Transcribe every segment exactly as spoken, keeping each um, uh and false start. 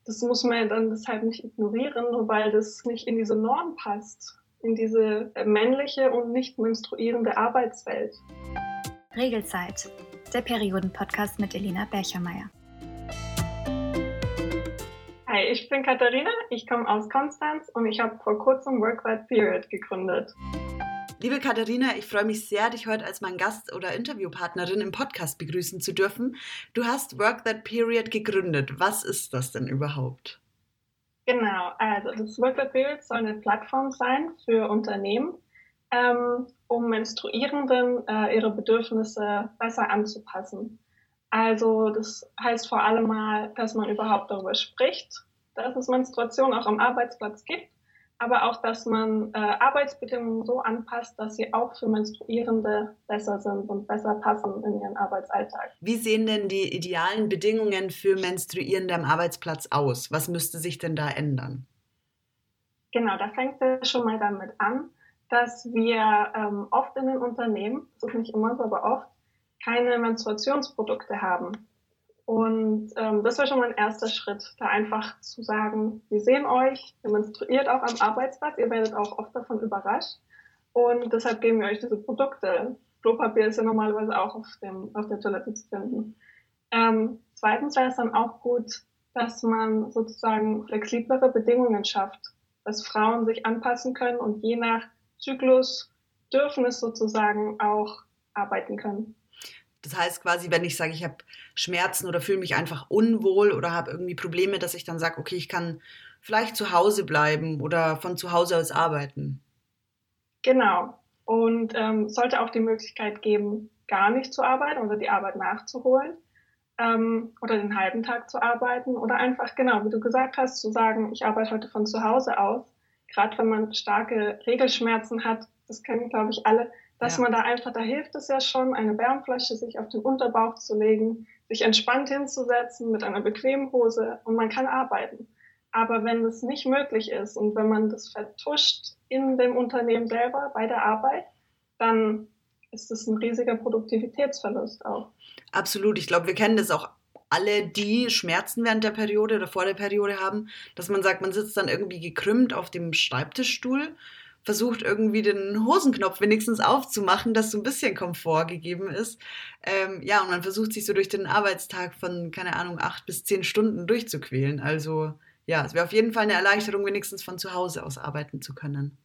das muss man dann deshalb nicht ignorieren, nur weil das nicht in diese Norm passt, in diese männliche und nicht menstruierende Arbeitswelt. Regelzeit, der Perioden-Podcast mit Elena Berchermeier. Hi, ich bin Katharina, ich komme aus Konstanz und ich habe vor kurzem Work That Period gegründet. Liebe Katharina, ich freue mich sehr, dich heute als mein Gast oder Interviewpartnerin im Podcast begrüßen zu dürfen. Du hast Work That Period gegründet. Was ist das denn überhaupt? Genau, also das Work That Period soll eine Plattform sein für Unternehmen, ähm, um Menstruierenden äh, ihre Bedürfnisse besser anzupassen. Also das heißt vor allem mal, dass man überhaupt darüber spricht, dass es Menstruation auch am Arbeitsplatz gibt, aber auch, dass man äh, Arbeitsbedingungen so anpasst, dass sie auch für Menstruierende besser sind und besser passen in ihren Arbeitsalltag. Wie sehen denn die idealen Bedingungen für Menstruierende am Arbeitsplatz aus? Was müsste sich denn da ändern? Genau, da fängt es schon mal damit an, dass wir ähm, oft in den Unternehmen, das ist nicht immer so, aber oft, keine Menstruationsprodukte haben. Und ähm, das war schon mal ein erster Schritt, da einfach zu sagen, wir sehen euch, ihr menstruiert auch am Arbeitsplatz, ihr werdet auch oft davon überrascht und deshalb geben wir euch diese Produkte. Klopapier ist ja normalerweise auch auf, dem, auf der Toilette zu finden. Ähm, zweitens wäre es dann auch gut, dass man sozusagen flexiblere Bedingungen schafft, dass Frauen sich anpassen können und je nach Zyklus dürfen es sozusagen auch arbeiten können. Das heißt quasi, wenn ich sage, ich habe Schmerzen oder fühle mich einfach unwohl oder habe irgendwie Probleme, dass ich dann sage, okay, ich kann vielleicht zu Hause bleiben oder von zu Hause aus arbeiten. Genau. Und ähm, sollte auch die Möglichkeit geben, gar nicht zu arbeiten oder die Arbeit nachzuholen ähm, oder den halben Tag zu arbeiten oder einfach, genau, wie du gesagt hast, zu sagen, ich arbeite heute von zu Hause aus. Gerade wenn man starke Regelschmerzen hat, das kennen, glaube ich, alle, dass ja. man da einfach, da hilft es ja schon, eine Wärmflasche sich auf den Unterbauch zu legen, sich entspannt hinzusetzen mit einer bequemen Hose und man kann arbeiten. Aber wenn das nicht möglich ist und wenn man das vertuscht in dem Unternehmen selber bei der Arbeit, dann ist das ein riesiger Produktivitätsverlust auch. Absolut. Ich glaube, wir kennen das auch alle, die Schmerzen während der Periode oder vor der Periode haben, dass man sagt, man sitzt dann irgendwie gekrümmt auf dem Schreibtischstuhl, versucht irgendwie den Hosenknopf wenigstens aufzumachen, dass so ein bisschen Komfort gegeben ist. Ähm, ja, und man versucht sich so durch den Arbeitstag von, keine Ahnung, acht bis zehn Stunden durchzuquälen. Also ja, es wäre auf jeden Fall eine Erleichterung, wenigstens von zu Hause aus arbeiten zu können.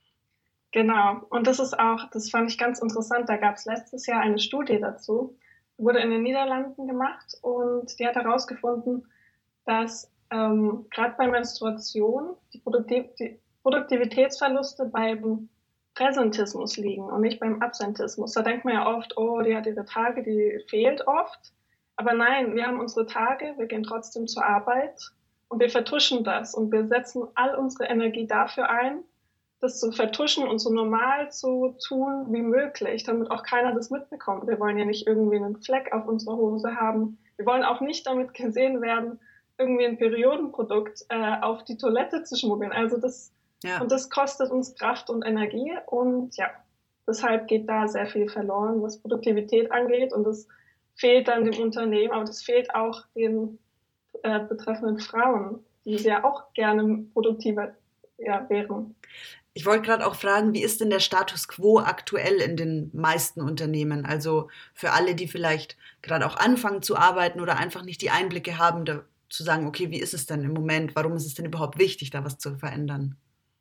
Genau, und das ist auch, das fand ich ganz interessant, da gab es letztes Jahr eine Studie dazu, wurde in den Niederlanden gemacht und die hat herausgefunden, dass ähm, gerade bei Menstruation die, Produktiv- die Produktivitätsverluste beim Präsentismus liegen und nicht beim Absentismus. Da denkt man ja oft, oh, die hat ihre Tage, die fehlt oft. Aber nein, wir haben unsere Tage, wir gehen trotzdem zur Arbeit und wir vertuschen das und wir setzen all unsere Energie dafür ein, das zu vertuschen und so normal zu tun wie möglich, damit auch keiner das mitbekommt. Wir wollen ja nicht irgendwie einen Fleck auf unserer Hose haben. Wir wollen auch nicht damit gesehen werden, irgendwie ein Periodenprodukt äh, auf die Toilette zu schmuggeln. Also das Ja. Und das kostet uns Kraft und Energie und ja, deshalb geht da sehr viel verloren, was Produktivität angeht und das fehlt dann dem Unternehmen, aber das fehlt auch den äh, betreffenden Frauen, die ja auch gerne produktiver ja, wären. Ich wollte gerade auch fragen, wie ist denn der Status quo aktuell in den meisten Unternehmen? Also für alle, die vielleicht gerade auch anfangen zu arbeiten oder einfach nicht die Einblicke haben, da zu sagen, okay, wie ist es denn im Moment? Warum ist es denn überhaupt wichtig, da was zu verändern?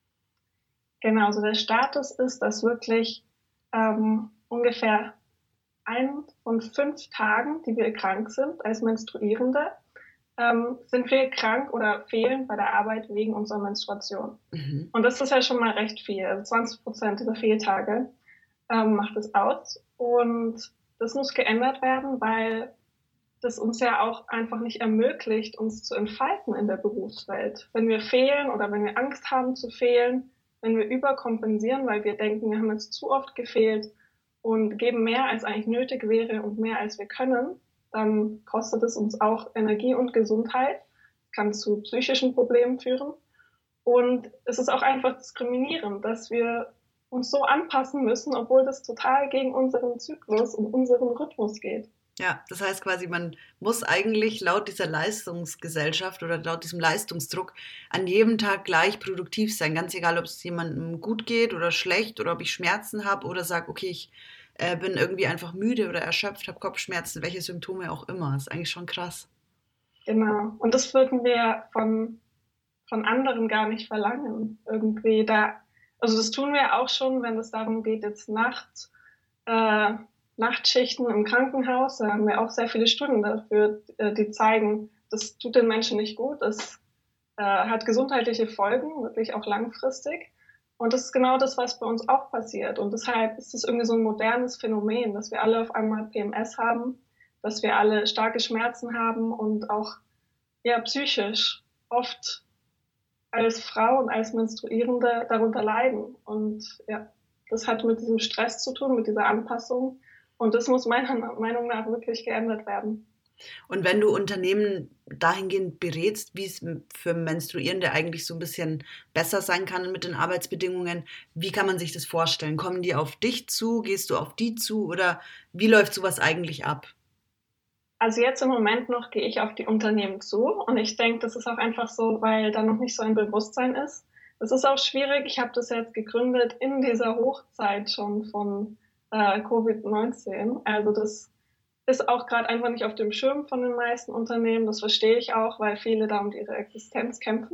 Genau, also der Status ist, dass wirklich ähm, ungefähr ein von fünf Tagen, die wir krank sind als Menstruierende, ähm, sind wir krank oder fehlen bei der Arbeit wegen unserer Menstruation. Mhm. Und das ist ja schon mal recht viel. Also zwanzig Prozent dieser Fehltage ähm, macht es aus. Und das muss geändert werden, weil das uns ja auch einfach nicht ermöglicht, uns zu entfalten in der Berufswelt. Wenn wir fehlen oder wenn wir Angst haben zu fehlen, wenn wir überkompensieren, weil wir denken, wir haben jetzt zu oft gefehlt und geben mehr, als eigentlich nötig wäre und mehr, als wir können, dann kostet es uns auch Energie und Gesundheit, kann zu psychischen Problemen führen. Und es ist auch einfach diskriminierend, dass wir uns so anpassen müssen, obwohl das total gegen unseren Zyklus und unseren Rhythmus geht. Ja, das heißt quasi, man muss eigentlich laut dieser Leistungsgesellschaft oder laut diesem Leistungsdruck an jedem Tag gleich produktiv sein. Ganz egal, ob es jemandem gut geht oder schlecht oder ob ich Schmerzen habe oder sage, okay, ich äh, bin irgendwie einfach müde oder erschöpft, habe Kopfschmerzen, welche Symptome auch immer. Das ist eigentlich schon krass. Genau. Und das würden wir von, von anderen gar nicht verlangen. Irgendwie da, also das tun wir auch schon, wenn es darum geht, jetzt nachts, äh, Nachtschichten im Krankenhaus, da haben wir auch sehr viele Studien dafür, die zeigen, das tut den Menschen nicht gut, das äh, hat gesundheitliche Folgen, wirklich auch langfristig. Und das ist genau das, was bei uns auch passiert. Und deshalb ist es irgendwie so ein modernes Phänomen, dass wir alle auf einmal P M S haben, dass wir alle starke Schmerzen haben und auch ja, psychisch oft als Frau und als Menstruierende darunter leiden. Und ja, das hat mit diesem Stress zu tun, mit dieser Anpassung. Und das muss meiner Meinung nach wirklich geändert werden. Und wenn du Unternehmen dahingehend berätst, wie es für Menstruierende eigentlich so ein bisschen besser sein kann mit den Arbeitsbedingungen, wie kann man sich das vorstellen? Kommen die auf dich zu? Gehst du auf die zu? Oder wie läuft sowas eigentlich ab? Also jetzt im Moment noch gehe ich auf die Unternehmen zu. Und ich denke, das ist auch einfach so, weil da noch nicht so ein Bewusstsein ist. Es ist auch schwierig. Ich habe das jetzt gegründet in dieser Hochzeit schon von äh, Covid neunzehn. Also das ist auch gerade einfach nicht auf dem Schirm von den meisten Unternehmen. Das verstehe ich auch, weil viele da um ihre Existenz kämpfen.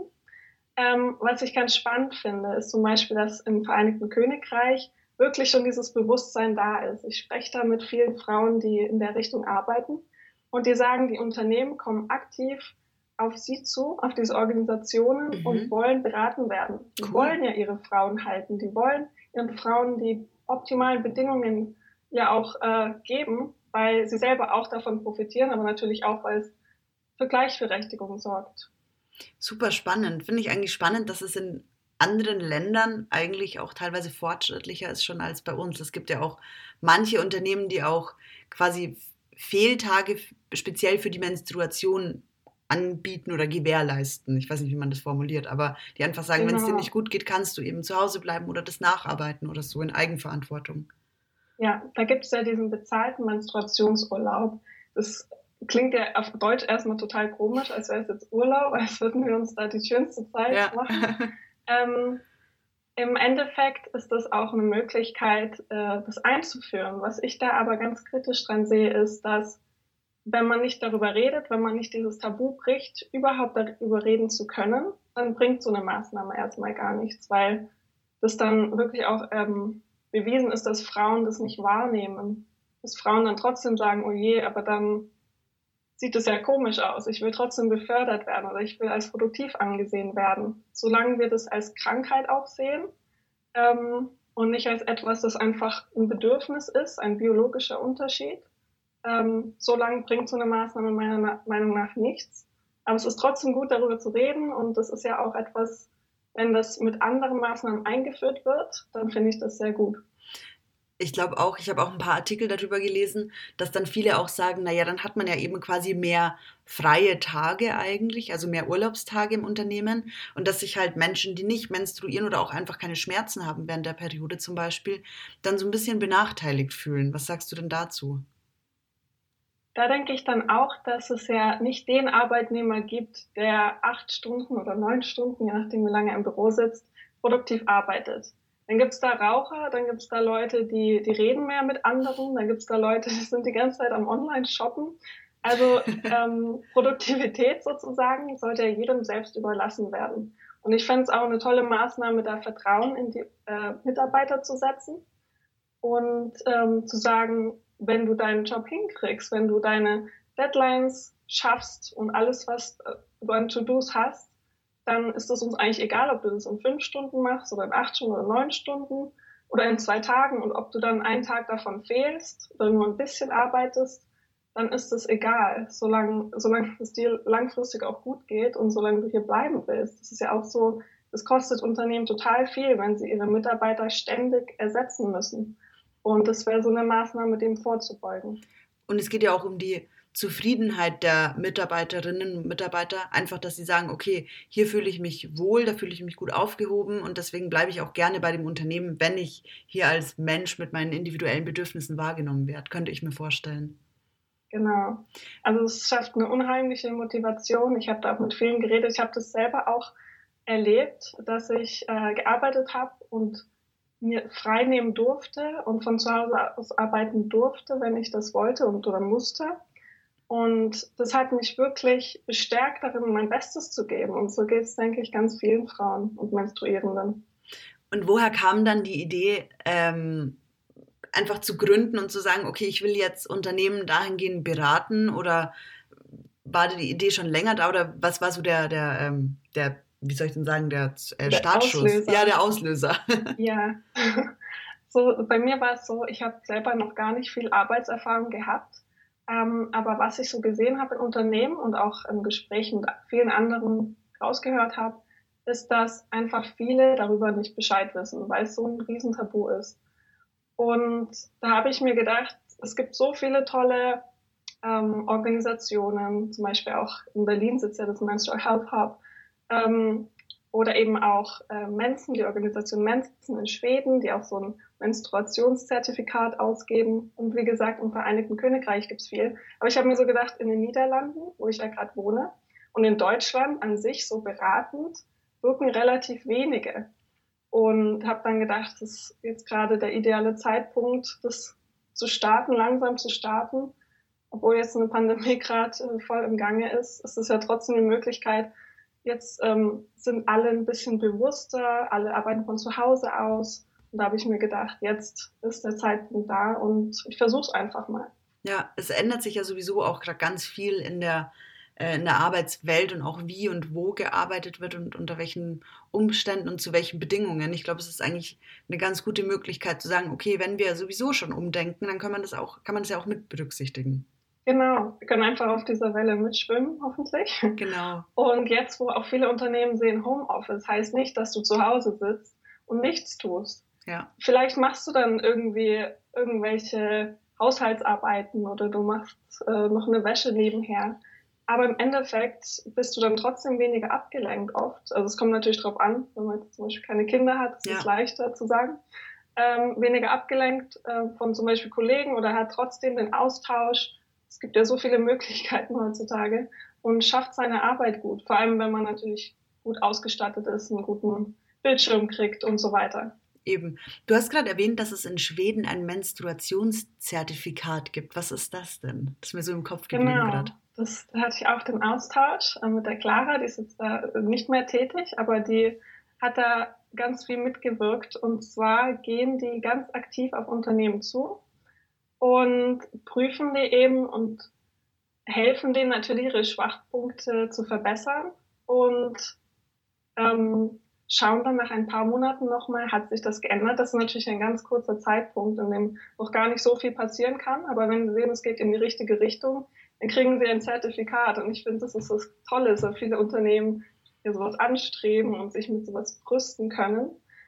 Ähm, was ich ganz spannend finde, ist zum Beispiel, dass im Vereinigten Königreich wirklich schon dieses Bewusstsein da ist. Ich spreche da mit vielen Frauen, die in der Richtung arbeiten. Und die sagen, die Unternehmen kommen aktiv auf sie zu, auf diese Organisationen mhm. und wollen beraten werden. Die cool. wollen ja ihre Frauen halten. Die wollen ihren Frauen die optimalen Bedingungen ja auch äh, geben, weil sie selber auch davon profitieren, aber natürlich auch, weil es für Gleichberechtigung sorgt. Super spannend. Finde ich eigentlich spannend, dass es in anderen Ländern eigentlich auch teilweise fortschrittlicher ist schon als bei uns. Es gibt ja auch manche Unternehmen, die auch quasi Fehltage speziell für die Menstruation anbieten oder gewährleisten. Ich weiß nicht, wie man das formuliert, aber die einfach sagen, genau. wenn es dir nicht gut geht, kannst du eben zu Hause bleiben oder das nacharbeiten oder so in Eigenverantwortung. Ja, da gibt es ja diesen bezahlten Menstruationsurlaub. Das klingt ja auf Deutsch erstmal total komisch, als wäre es jetzt Urlaub, als würden wir uns da die schönste Zeit ja. machen. ähm, Im Endeffekt ist das auch eine Möglichkeit, äh, das einzuführen. Was ich da aber ganz kritisch dran sehe, ist, dass wenn man nicht darüber redet, wenn man nicht dieses Tabu bricht, überhaupt darüber reden zu können, dann bringt so eine Maßnahme erstmal gar nichts, weil das dann wirklich auch ähm, bewiesen ist, dass Frauen das nicht wahrnehmen. Dass Frauen dann trotzdem sagen, oh je, aber dann sieht es ja komisch aus. Ich will trotzdem befördert werden oder ich will als produktiv angesehen werden. Solange wir das als Krankheit auch sehen ähm, und nicht als etwas, das einfach ein Bedürfnis ist, ein biologischer Unterschied, ähm, solange bringt so eine Maßnahme meiner Meinung nach nichts. Aber es ist trotzdem gut, darüber zu reden und das ist ja auch etwas, wenn das mit anderen Maßnahmen eingeführt wird, dann finde ich das sehr gut. Ich glaube auch, ich habe auch ein paar Artikel darüber gelesen, dass dann viele auch sagen, naja, dann hat man ja eben quasi mehr freie Tage eigentlich, also mehr Urlaubstage im Unternehmen und dass sich halt Menschen, die nicht menstruieren oder auch einfach keine Schmerzen haben während der Periode zum Beispiel, dann so ein bisschen benachteiligt fühlen. Was sagst du denn dazu? Da denke ich dann auch, dass es ja nicht den Arbeitnehmer gibt, der acht Stunden oder neun Stunden, je nachdem wie lange er im Büro sitzt, produktiv arbeitet. Dann gibt's da Raucher, dann gibt's da Leute, die, die reden mehr mit anderen, dann gibt's da Leute, die sind die ganze Zeit am Online-Shoppen. Also ähm, Produktivität sozusagen sollte ja jedem selbst überlassen werden. Und ich fände es auch eine tolle Maßnahme, da Vertrauen in die äh, Mitarbeiter zu setzen und ähm, zu sagen, wenn du deinen Job hinkriegst, wenn du deine Deadlines schaffst und alles, was du an To-Dos hast, dann ist es uns eigentlich egal, ob du das in fünf Stunden machst oder in acht Stunden oder neun Stunden oder in zwei Tagen und ob du dann einen Tag davon fehlst oder nur ein bisschen arbeitest, dann ist es egal, solange, solange es dir langfristig auch gut geht und solange du hier bleiben willst. Das ist ja auch so, das kostet Unternehmen total viel, wenn sie ihre Mitarbeiter ständig ersetzen müssen. Und das wäre so eine Maßnahme, dem vorzubeugen. Und es geht ja auch um die Zufriedenheit der Mitarbeiterinnen und Mitarbeiter. Einfach, dass sie sagen, okay, hier fühle ich mich wohl, da fühle ich mich gut aufgehoben und deswegen bleibe ich auch gerne bei dem Unternehmen, wenn ich hier als Mensch mit meinen individuellen Bedürfnissen wahrgenommen werde. Könnte ich mir vorstellen. Genau. Also es schafft eine unheimliche Motivation. Ich habe da auch mit vielen geredet. Ich habe das selber auch erlebt, dass ich äh, gearbeitet habe und mir frei nehmen durfte und von zu Hause aus arbeiten durfte, wenn ich das wollte und oder musste. Und das hat mich wirklich bestärkt darin, mein Bestes zu geben. Und so geht es, denke ich, ganz vielen Frauen und Menstruierenden. Und woher kam dann die Idee, ähm, einfach zu gründen und zu sagen, okay, ich will jetzt Unternehmen dahingehend beraten, oder war die Idee schon länger da, oder was war so der, der, ähm, der wie soll ich denn sagen, der, äh, Der Startschuss? Auslöser. Ja, der Auslöser. Ja, so bei mir war es so, ich habe selber noch gar nicht viel Arbeitserfahrung gehabt, ähm, aber was ich so gesehen habe in Unternehmen und auch im Gespräch mit vielen anderen rausgehört habe, ist, dass einfach viele darüber nicht Bescheid wissen, weil es so ein Riesentabu ist. Und da habe ich mir gedacht, es gibt so viele tolle ähm, Organisationen, zum Beispiel auch in Berlin sitzt ja das Menstrual Health Hub, ähm, oder eben auch äh, Mensen, die Organisation Mensen in Schweden, die auch so ein Menstruationszertifikat ausgeben. Und wie gesagt, im Vereinigten Königreich gibt's viel. Aber ich habe mir so gedacht, in den Niederlanden, wo ich ja gerade wohne, und in Deutschland an sich so beratend, wirken relativ wenige. Und habe dann gedacht, das ist jetzt gerade der ideale Zeitpunkt, das zu starten, langsam zu starten. Obwohl jetzt eine Pandemie gerade äh, voll im Gange ist, ist es ja trotzdem eine Möglichkeit. Jetzt ähm, sind alle ein bisschen bewusster, alle arbeiten von zu Hause aus. Und da habe ich mir gedacht, jetzt ist der Zeitpunkt da und ich versuche es einfach mal. Ja, es ändert sich ja sowieso auch gerade ganz viel in der, äh, in der Arbeitswelt und auch wie und wo gearbeitet wird und unter welchen Umständen und zu welchen Bedingungen. Ich glaube, es ist eigentlich eine ganz gute Möglichkeit zu sagen, okay, wenn wir sowieso schon umdenken, dann kann man das auch, kann man das ja auch mit berücksichtigen. Genau, wir können einfach auf dieser Welle mitschwimmen, hoffentlich. Genau. Und jetzt, wo auch viele Unternehmen sehen, Homeoffice heißt nicht, dass du zu Hause sitzt und nichts tust. Ja. Vielleicht machst du dann irgendwie irgendwelche Haushaltsarbeiten oder du machst äh, noch eine Wäsche nebenher. Aber im Endeffekt bist du dann trotzdem weniger abgelenkt oft. Also es kommt natürlich drauf an, wenn man jetzt zum Beispiel keine Kinder hat, ist es Ja. leichter zu sagen. Ähm, weniger abgelenkt äh, von zum Beispiel Kollegen oder hat trotzdem den Austausch. Es gibt ja so viele Möglichkeiten heutzutage und schafft seine Arbeit gut. Vor allem, wenn man natürlich gut ausgestattet ist, einen guten Bildschirm kriegt und so weiter. Eben. Du hast gerade erwähnt, dass es in Schweden ein Menstruationszertifikat gibt. Was ist das denn? Das ist mir so im Kopf geblieben Genau. gerade. Das da hatte ich auch den Austausch äh, mit der Clara, die ist jetzt da nicht mehr tätig, aber die hat da ganz viel mitgewirkt. Und zwar gehen die ganz aktiv auf Unternehmen zu und prüfen die eben und helfen denen natürlich, ihre Schwachpunkte zu verbessern und ähm, schauen dann nach ein paar Monaten nochmal, hat sich das geändert. Das ist natürlich ein ganz kurzer Zeitpunkt, in dem noch gar nicht so viel passieren kann. Aber wenn sie sehen, es geht in die richtige Richtung, dann kriegen sie ein Zertifikat. Und ich finde, das ist das Tolle, so viele Unternehmen hier sowas anstreben und sich mit sowas brüsten können.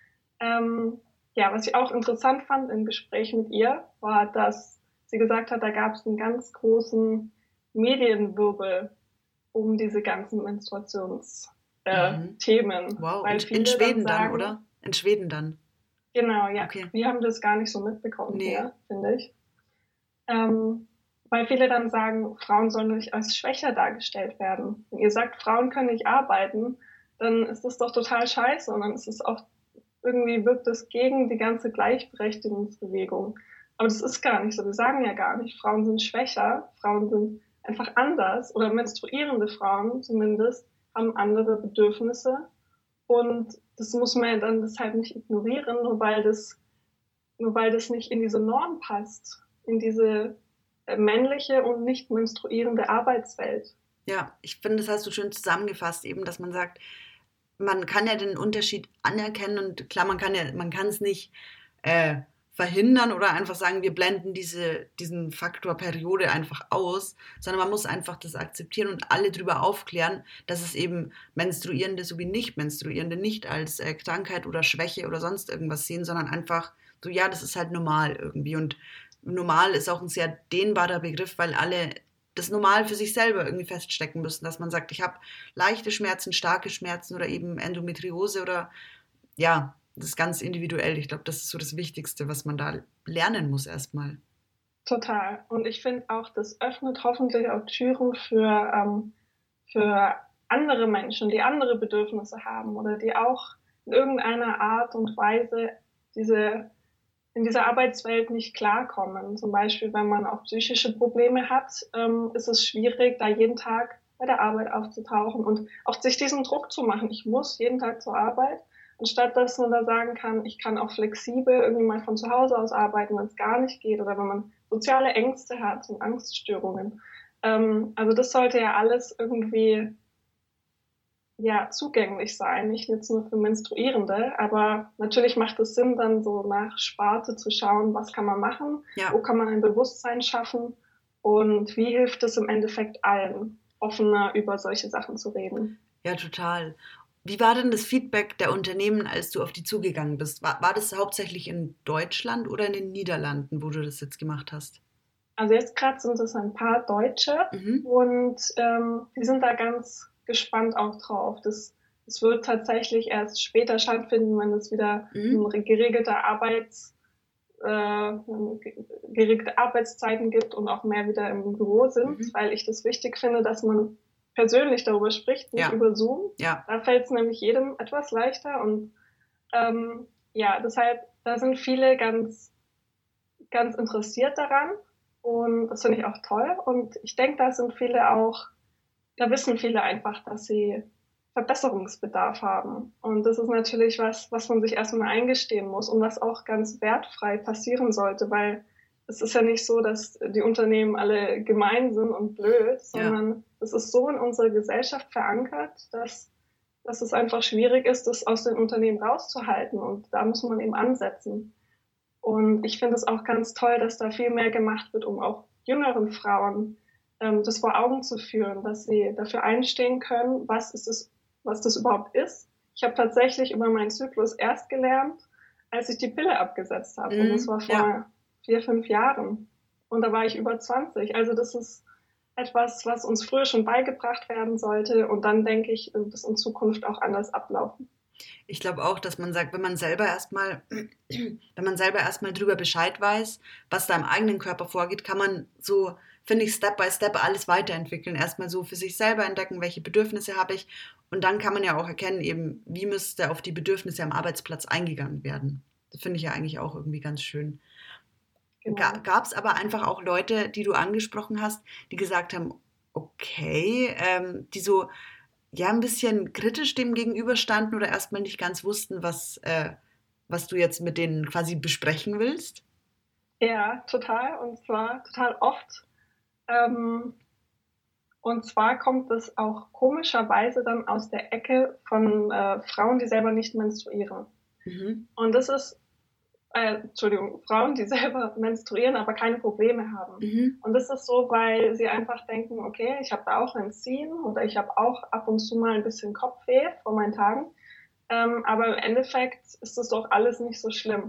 Ähm, ja, was ich auch interessant fand im Gespräch mit ihr, war, dass sie gesagt hat, da gab es einen ganz großen Medienwirbel um diese ganzen Menstruations- Äh, Mhm. Themen. Wow, Weil in, viele in Schweden dann, sagen, dann, oder? In Schweden dann. Genau, ja. Okay. Wir haben das gar nicht so mitbekommen Nee. hier, finde ich. Ähm, weil viele dann sagen, Frauen sollen nicht als schwächer dargestellt werden. Wenn ihr sagt, Frauen können nicht arbeiten, dann ist das doch total scheiße und dann ist es auch, irgendwie wirkt es gegen die ganze Gleichberechtigungsbewegung. Aber das ist gar nicht so. Wir sagen ja gar nicht, Frauen sind schwächer, Frauen sind einfach anders oder menstruierende Frauen zumindest haben andere Bedürfnisse und das muss man ja dann deshalb nicht ignorieren, nur weil das, nur weil das nicht in diese Norm passt, in diese äh, männliche und nicht menstruierende Arbeitswelt. Ja, ich finde, das hast du schön zusammengefasst, eben, dass man sagt, man kann ja den Unterschied anerkennen und klar, man kann ja, man kann es nicht äh, verhindern oder einfach sagen, wir blenden diese, diesen Faktor Periode einfach aus, sondern man muss einfach das akzeptieren und alle darüber aufklären, dass es eben Menstruierende sowie Nicht-Menstruierende nicht als äh, Krankheit oder Schwäche oder sonst irgendwas sehen, sondern einfach so, ja, das ist halt normal irgendwie. Und normal ist auch ein sehr dehnbarer Begriff, weil alle das normal für sich selber irgendwie feststecken müssen, dass man sagt, ich habe leichte Schmerzen, starke Schmerzen oder eben Endometriose oder ja, das ist ganz individuell. Ich glaube, das ist so das Wichtigste, was man da lernen muss erstmal. Total. Und ich finde auch, das öffnet hoffentlich auch Türen für, ähm, für andere Menschen, die andere Bedürfnisse haben oder die auch in irgendeiner Art und Weise diese, in dieser Arbeitswelt nicht klarkommen. Zum Beispiel, wenn man auch psychische Probleme hat, ähm, ist es schwierig, da jeden Tag bei der Arbeit aufzutauchen und auch sich diesen Druck zu machen. Ich muss jeden Tag zur Arbeit. Anstatt dass man da sagen kann, ich kann auch flexibel irgendwie mal von zu Hause aus arbeiten, wenn es gar nicht geht oder wenn man soziale Ängste hat und Angststörungen. Ähm, also das sollte ja alles irgendwie ja zugänglich sein, nicht jetzt nur für Menstruierende. Aber natürlich macht es Sinn, dann so nach Sparte zu schauen, was kann man machen, Ja. wo kann man ein Bewusstsein schaffen und wie hilft es im Endeffekt allen, offener über solche Sachen zu reden. Ja, total. Wie war denn das Feedback der Unternehmen, als du auf die zugegangen bist? War, war das hauptsächlich in Deutschland oder in den Niederlanden, wo du das jetzt gemacht hast? Also jetzt gerade sind es ein paar Deutsche Mhm. und ähm, die sind da ganz gespannt auch drauf. Das, das wird tatsächlich erst später stattfinden, wenn es wieder Mhm. ein geregelte Arbeits, äh, geregelte Arbeitszeiten gibt und auch mehr wieder im Büro sind, Mhm. weil ich das wichtig finde, dass man persönlich darüber spricht, nicht Ja. über Zoom. Ja. Da fällt es nämlich jedem etwas leichter und ähm, ja, deshalb, da sind viele ganz, ganz interessiert daran und das finde ich auch toll und ich denke, da sind viele auch, da wissen viele einfach, dass sie Verbesserungsbedarf haben und das ist natürlich was, was man sich erstmal eingestehen muss und was auch ganz wertfrei passieren sollte, weil es ist ja nicht so, dass die Unternehmen alle gemein sind und blöd, sondern es ist so in unserer Gesellschaft verankert, dass, dass es einfach schwierig ist, das aus den Unternehmen rauszuhalten und da muss man eben ansetzen. Und ich finde es auch ganz toll, dass da viel mehr gemacht wird, um auch jüngeren Frauen ähm, das vor Augen zu führen, dass sie dafür einstehen können, was ist es, was das überhaupt ist. Ich habe tatsächlich über meinen Zyklus erst gelernt, als ich die Pille abgesetzt habe. Mhm. Und das war vor Ja. vier, fünf Jahren. Und da war ich über zwanzig. Also das ist etwas, was uns früher schon beigebracht werden sollte. Und dann denke ich, wird es in Zukunft auch anders ablaufen. Ich glaube auch, dass man sagt, wenn man selber erstmal, wenn man selber erstmal drüber Bescheid weiß, was da im eigenen Körper vorgeht, kann man so, finde ich, Step by Step alles weiterentwickeln. Erstmal so für sich selber entdecken, welche Bedürfnisse habe ich. Und dann kann man ja auch erkennen, eben, wie müsste auf die Bedürfnisse am Arbeitsplatz eingegangen werden. Das finde ich ja eigentlich auch irgendwie ganz schön. Genau. Ga- Gab es aber einfach auch Leute, die du angesprochen hast, die gesagt haben, okay, ähm, die so ja ein bisschen kritisch dem gegenüberstanden oder erstmal nicht ganz wussten, was, äh, was du jetzt mit denen quasi besprechen willst? Ja, total. Und zwar total oft. Ähm, und zwar kommt es auch komischerweise dann aus der Ecke von äh, Frauen, die selber nicht menstruieren. Mhm. Und das ist, äh, Entschuldigung, Frauen, die selber menstruieren, aber keine Probleme haben. Mhm. Und das ist so, weil sie einfach denken, okay, ich habe da auch ein Ziehen oder ich habe auch ab und zu mal ein bisschen Kopfweh vor meinen Tagen. Ähm, aber im Endeffekt ist das doch alles nicht so schlimm.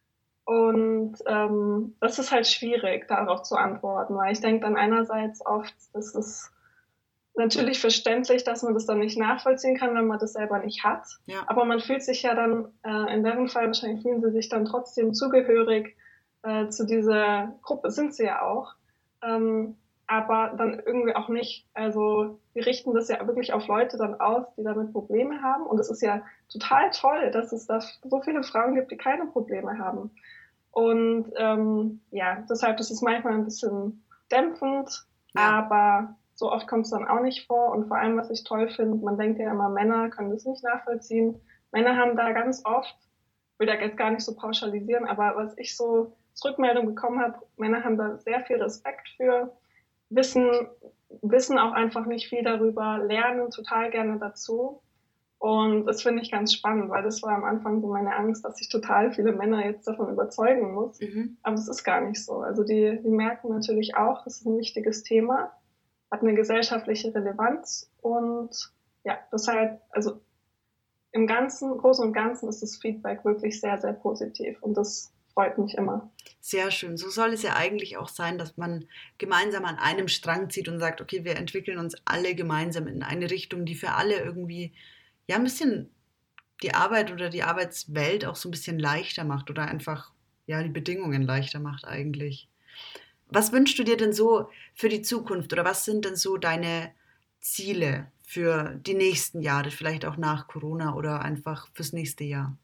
Und ähm, das ist halt schwierig, darauf zu antworten, weil ich denke dann einerseits oft, das ist natürlich verständlich, dass man das dann nicht nachvollziehen kann, wenn man das selber nicht hat. Ja. Aber man fühlt sich ja dann, äh, in deren Fall wahrscheinlich fühlen sie sich dann trotzdem zugehörig äh, zu dieser Gruppe, sind sie ja auch. Ähm, aber dann irgendwie auch nicht. Also wir richten das ja wirklich auf Leute dann aus, die damit Probleme haben. Und es ist ja total toll, dass es da so viele Frauen gibt, die keine Probleme haben. Und ähm, ja, deshalb ist es manchmal ein bisschen dämpfend, Ja. aber so oft kommt es dann auch nicht vor. Und vor allem, was ich toll finde, man denkt ja immer, Männer können das nicht nachvollziehen. Männer haben da ganz oft, ich will da jetzt gar nicht so pauschalisieren, aber was ich so als Rückmeldung bekommen habe, Männer haben da sehr viel Respekt für, wissen, wissen auch einfach nicht viel darüber, lernen total gerne dazu. Und das finde ich ganz spannend, weil das war am Anfang so meine Angst, dass ich total viele Männer jetzt davon überzeugen muss. Mhm. Aber das ist gar nicht so. Also die, die merken natürlich auch, das ist ein wichtiges Thema, hat eine gesellschaftliche Relevanz und ja, deshalb, also im Ganzen, Großen und Ganzen ist das Feedback wirklich sehr, sehr positiv und das freut mich immer. Sehr schön. So soll es ja eigentlich auch sein, dass man gemeinsam an einem Strang zieht und sagt, okay, wir entwickeln uns alle gemeinsam in eine Richtung, die für alle irgendwie ja ein bisschen die Arbeit oder die Arbeitswelt auch so ein bisschen leichter macht oder einfach ja die Bedingungen leichter macht eigentlich. Was wünschst du dir denn so für die Zukunft oder was sind denn so deine Ziele für die nächsten Jahre, vielleicht auch nach Corona oder einfach fürs nächste Jahr?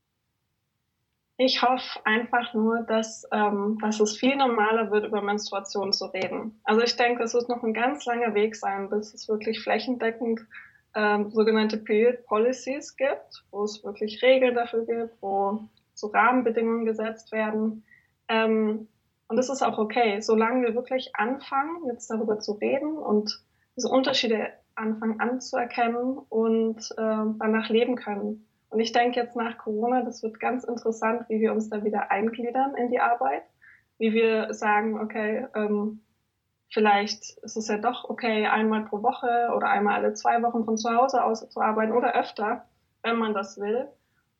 Ich hoffe einfach nur, dass, ähm, dass es viel normaler wird, über Menstruation zu reden. Also ich denke, es wird noch ein ganz langer Weg sein, bis es wirklich flächendeckend ähm, sogenannte Period Policies gibt, wo es wirklich Regeln dafür gibt, wo so Rahmenbedingungen gesetzt werden. Ähm, und das ist auch okay, solange wir wirklich anfangen, jetzt darüber zu reden und diese Unterschiede anfangen anzuerkennen und äh, danach leben können. Und ich denke jetzt nach Corona, das wird ganz interessant, wie wir uns da wieder eingliedern in die Arbeit, wie wir sagen, okay, ähm, vielleicht ist es ja doch okay, einmal pro Woche oder einmal alle zwei Wochen von zu Hause aus zu arbeiten oder öfter, wenn man das will.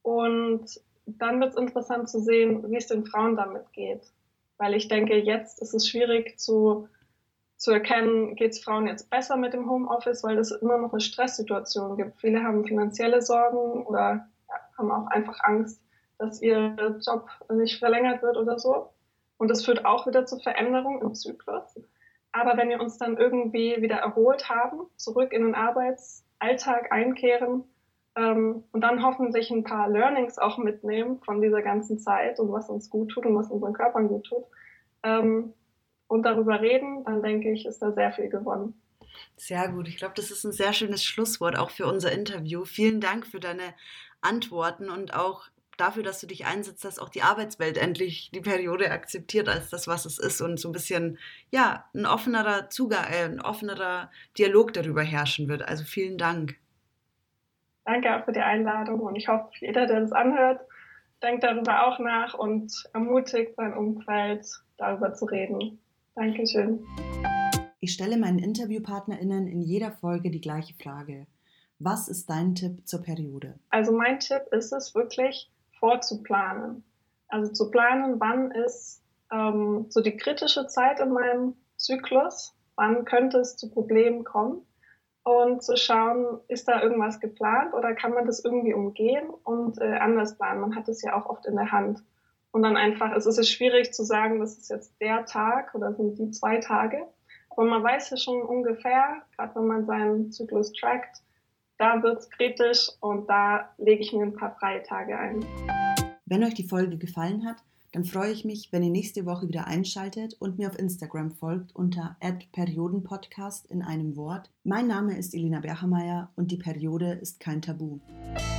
Und dann wird es interessant zu sehen, wie es den Frauen damit geht. Weil ich denke, jetzt ist es schwierig zu, zu erkennen, geht es Frauen jetzt besser mit dem Homeoffice, weil es immer noch eine Stresssituation gibt. Viele haben finanzielle Sorgen oder ja, haben auch einfach Angst, dass ihr Job nicht verlängert wird oder so. Und das führt auch wieder zu Veränderungen im Zyklus. Aber wenn wir uns dann irgendwie wieder erholt haben, zurück in den Arbeitsalltag einkehren ähm, und dann hoffentlich ein paar Learnings auch mitnehmen von dieser ganzen Zeit und was uns gut tut und was unseren Körpern gut tut, ähm, und darüber reden, dann denke ich, ist da sehr viel gewonnen. Sehr gut. Ich glaube, das ist ein sehr schönes Schlusswort auch für unser Interview. Vielen Dank für deine Antworten und auch dafür, dass du dich einsetzt, dass auch die Arbeitswelt endlich die Periode akzeptiert als das, was es ist und so ein bisschen, ja, ein offenerer Zugang, äh, ein offenerer Dialog darüber herrschen wird. Also vielen Dank. Danke auch für die Einladung und ich hoffe, jeder, der das anhört, denkt darüber auch nach und ermutigt sein Umfeld, darüber zu reden. Dankeschön. Ich stelle meinen InterviewpartnerInnen in jeder Folge die gleiche Frage. Was ist dein Tipp zur Periode? Also mein Tipp ist es wirklich, vorzuplanen. Also zu planen, wann ist ähm, so die kritische Zeit in meinem Zyklus, wann könnte es zu Problemen kommen und zu schauen, ist da irgendwas geplant oder kann man das irgendwie umgehen und äh, anders planen. Man hat es ja auch oft in der Hand. Und dann einfach, es ist schwierig zu sagen, das ist jetzt der Tag oder sind die zwei Tage. Aber man weiß ja schon ungefähr, gerade wenn man seinen Zyklus trackt, da wird es kritisch und da lege ich mir ein paar freie Tage ein. Wenn euch die Folge gefallen hat, dann freue ich mich, wenn ihr nächste Woche wieder einschaltet und mir auf Instagram folgt unter at periodenpodcast in einem Wort. Mein Name ist Elina Berchermeier und die Periode ist kein Tabu.